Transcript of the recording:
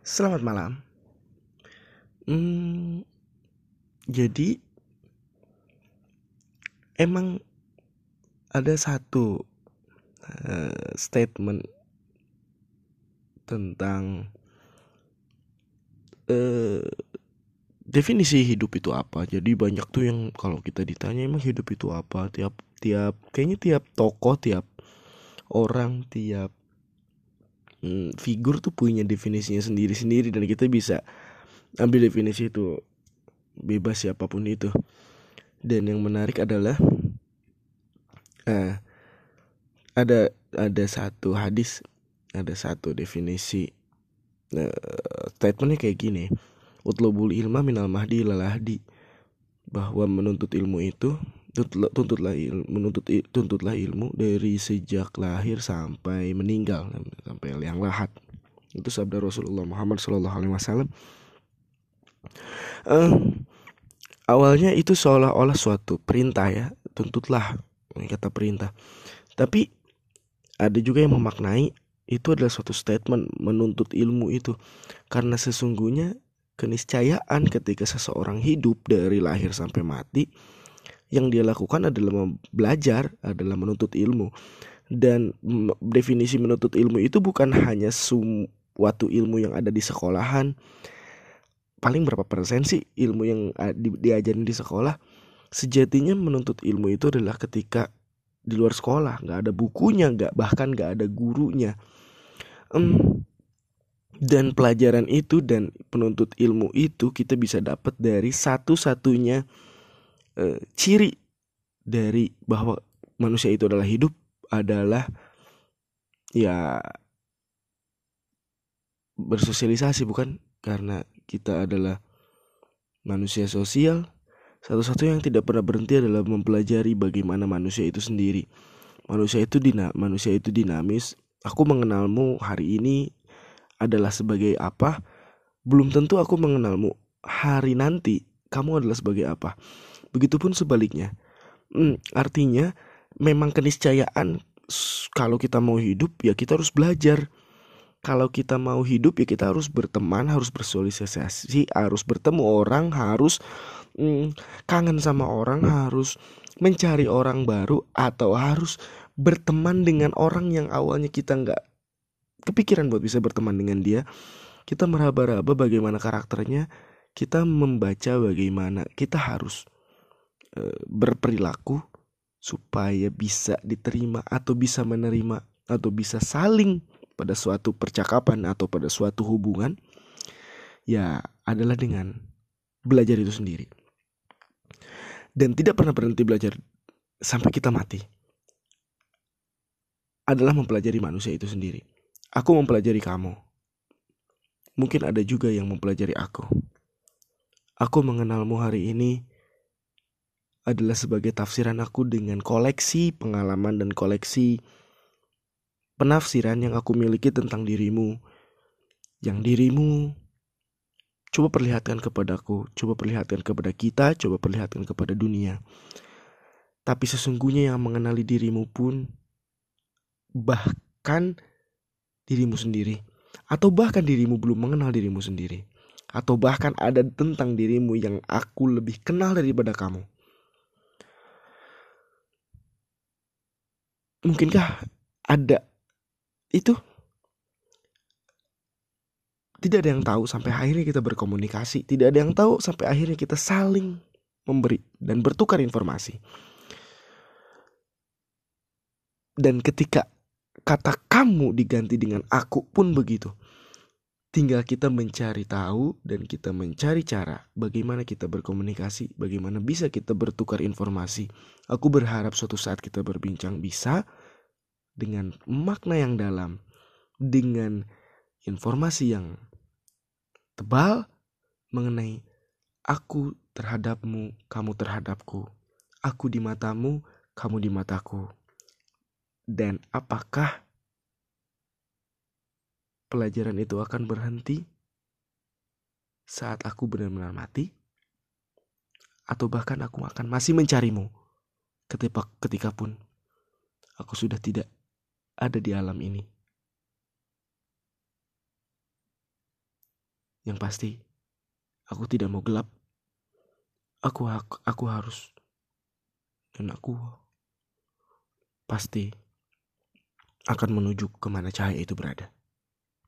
Selamat malam. Hmm, jadi emang ada satu statement tentang eh, definisi hidup itu apa. Jadi banyak tuh yang kalau kita ditanya emang hidup itu apa, tiap tiap kayaknya tiap tokoh, tiap orang, tiap figur tuh punya definisinya sendiri-sendiri dan kita bisa ambil definisi itu bebas siapapun itu. Dan yang menarik adalah eh, ada satu hadis, ada satu definisi statementnya kayak gini. Utlubul ilma minal mahdi ilal lahdi, bahwa menuntut ilmu itu tuntutlah ilmu dari sejak lahir sampai meninggal, sampai yang lahat. Itu sabda Rasulullah Muhammad SAW. eh, Awalnya itu seolah-olah suatu perintah ya, tuntutlah, kata perintah. Tapi ada juga yang memaknai itu adalah suatu statement menuntut ilmu itu, karena sesungguhnya keniscayaan ketika seseorang hidup dari lahir sampai mati, yang dia lakukan adalah belajar, adalah menuntut ilmu. Dan definisi menuntut ilmu itu bukan hanya suatu ilmu yang ada di sekolahan. Paling berapa persen sih ilmu yang diajarin di sekolah? Sejatinya menuntut ilmu itu adalah ketika di luar sekolah, nggak ada bukunya, bahkan nggak ada gurunya. Dan pelajaran itu dan penuntut ilmu itu kita bisa dapat dari satu-satunya ciri dari bahwa manusia itu adalah hidup, adalah ya bersosialisasi, bukan? Karena kita adalah manusia sosial. Satu-satunya yang tidak pernah berhenti adalah mempelajari bagaimana manusia itu sendiri. Manusia itu dinamis. Aku mengenalmu hari ini adalah sebagai apa, belum tentu aku mengenalmu hari nanti kamu adalah sebagai apa. Begitupun sebaliknya. Artinya memang keniscayaan, kalau kita mau hidup ya kita harus belajar. Kalau kita mau hidup ya kita harus berteman, harus bersosialisasi, harus bertemu orang, harus kangen sama orang, harus mencari orang baru, atau harus berteman dengan orang yang awalnya kita nggak kepikiran buat bisa berteman dengan dia. Kita meraba-raba bagaimana karakternya, kita membaca bagaimana kita harus berperilaku supaya bisa diterima atau bisa menerima atau bisa saling pada suatu percakapan atau pada suatu hubungan, ya adalah dengan belajar itu sendiri. Dan tidak pernah berhenti belajar sampai kita mati adalah mempelajari manusia itu sendiri. Aku mempelajari kamu, mungkin ada juga yang mempelajari aku. Aku mengenalmu hari ini adalah sebagai tafsiran aku dengan koleksi pengalaman dan koleksi penafsiran yang aku miliki tentang dirimu. Yang dirimu coba perlihatkan kepadaku, coba perlihatkan kepada kita, coba perlihatkan kepada dunia. Tapi sesungguhnya yang mengenali dirimu pun, bahkan dirimu sendiri, atau bahkan dirimu belum mengenal dirimu sendiri, atau bahkan ada tentang dirimu yang aku lebih kenal daripada kamu. Mungkinkah ada itu? Tidak ada yang tahu sampai akhirnya kita berkomunikasi. Tidak ada yang tahu sampai akhirnya kita saling memberi dan bertukar informasi. Dan ketika kata kamu diganti dengan aku pun begitu. Tinggal kita mencari tahu dan kita mencari cara bagaimana kita berkomunikasi, bagaimana bisa kita bertukar informasi. Aku berharap suatu saat kita berbincang bisa dengan makna yang dalam, dengan informasi yang tebal mengenai aku terhadapmu, kamu terhadapku, aku di matamu, kamu di mataku. Dan apakah pelajaran itu akan berhenti saat aku benar-benar mati? Atau bahkan aku akan masih mencarimu ketika pun aku sudah tidak ada di alam ini. Yang pasti, aku tidak mau gelap. Aku harus, dan aku pasti akan menuju kemana cahaya itu berada.